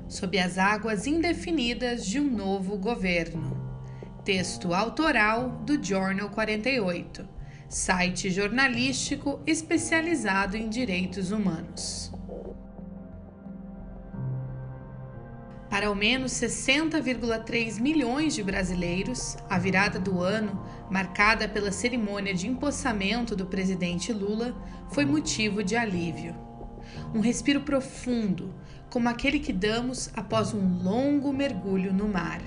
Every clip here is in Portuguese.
Sob as águas indefinidas de um novo governo. Texto autoral do Jornal 48, site jornalístico especializado em direitos humanos. Para ao menos 60,3 milhões de brasileiros, a virada do ano, marcada pela cerimônia de empossamento do presidente Lula, foi motivo de alívio. Um respiro profundo, como aquele que damos após um longo mergulho no mar.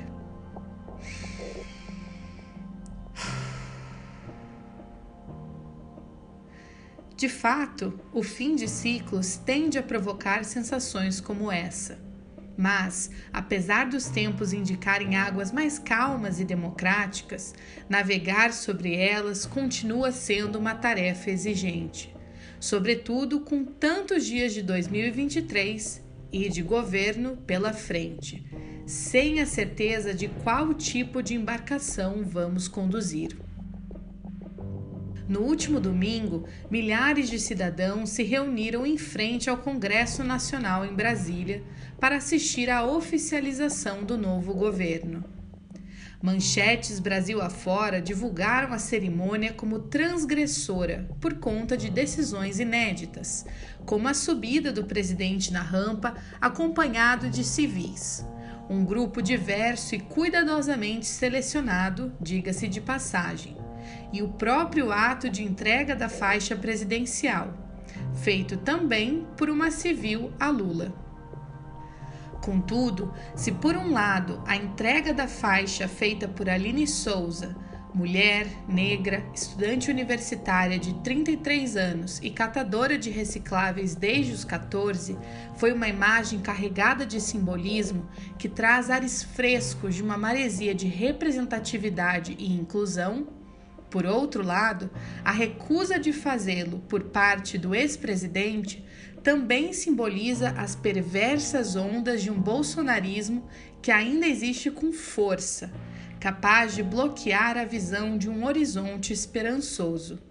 De fato, o fim de ciclos tende a provocar sensações como essa. Mas, apesar dos tempos indicarem águas mais calmas e democráticas, navegar sobre elas continua sendo uma tarefa exigente, sobretudo com tantos dias de 2023 e de governo pela frente, sem a certeza de qual tipo de embarcação vamos conduzir. No último domingo, milhares de cidadãos se reuniram em frente ao Congresso Nacional em Brasília para assistir à oficialização do novo governo. Manchetes Brasil afora divulgaram a cerimônia como transgressora por conta de decisões inéditas, como a subida do presidente na rampa acompanhado de civis. Um grupo diverso e cuidadosamente selecionado, diga-se de passagem, e o próprio ato de entrega da faixa presidencial, feito também por uma civil a Lula. Contudo, se por um lado a entrega da faixa feita por Aline Souza, mulher, negra, estudante universitária de 33 anos e catadora de recicláveis desde os 14, foi uma imagem carregada de simbolismo que traz ares frescos de uma maresia de representatividade e inclusão, por outro lado, a recusa de fazê-lo por parte do ex-presidente também simboliza as perversas ondas de um bolsonarismo que ainda existe com força, capaz de bloquear a visão de um horizonte esperançoso.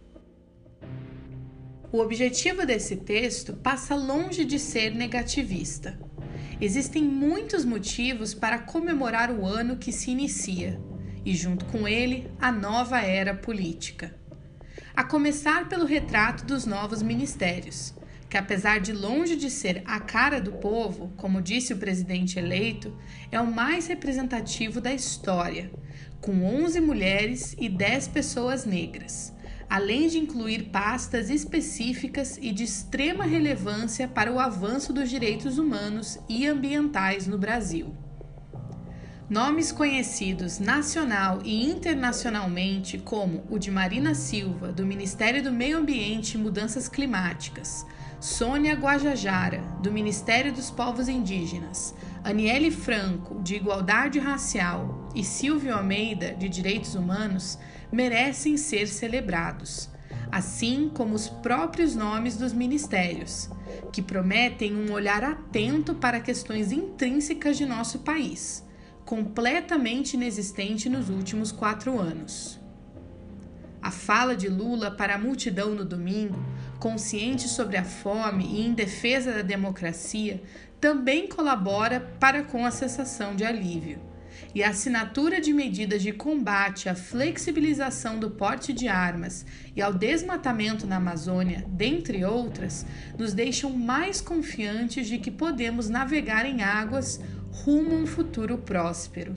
O objetivo desse texto passa longe de ser negativista. Existem muitos motivos para comemorar o ano que se inicia, e junto com ele, a nova era política. A começar pelo retrato dos novos ministérios, que apesar de longe de ser a cara do povo, como disse o presidente eleito, é o mais representativo da história, com 11 mulheres e 10 pessoas negras, além de incluir pastas específicas e de extrema relevância para o avanço dos direitos humanos e ambientais no Brasil. Nomes conhecidos nacional e internacionalmente como o de Marina Silva, do Ministério do Meio Ambiente e Mudanças Climáticas, Sônia Guajajara, do Ministério dos Povos Indígenas, Aniele Franco, de Igualdade Racial, e Silvio Almeida, de Direitos Humanos, merecem ser celebrados, assim como os próprios nomes dos ministérios, que prometem um olhar atento para questões intrínsecas de nosso país, completamente inexistente nos últimos 4 anos. A fala de Lula para a multidão no domingo, consciente sobre a fome e em defesa da democracia, também colabora para com a sensação de alívio. E a assinatura de medidas de combate à flexibilização do porte de armas e ao desmatamento na Amazônia, dentre outras, nos deixam mais confiantes de que podemos navegar em águas rumo a um futuro próspero.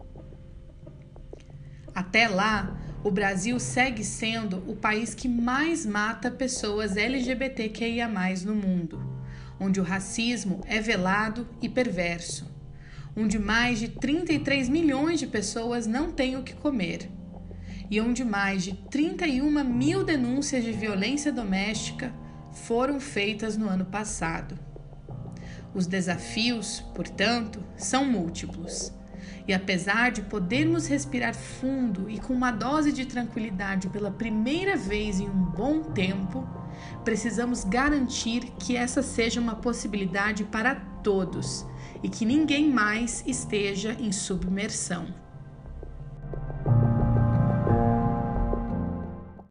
Até lá, o Brasil segue sendo o país que mais mata pessoas LGBTQIA+ no mundo, onde o racismo é velado e perverso, onde mais de 33 milhões de pessoas não têm o que comer, e onde mais de 31 mil denúncias de violência doméstica foram feitas no ano passado. Os desafios, portanto, são múltiplos. E apesar de podermos respirar fundo e com uma dose de tranquilidade pela primeira vez em um bom tempo, precisamos garantir que essa seja uma possibilidade para todos e que ninguém mais esteja em submersão.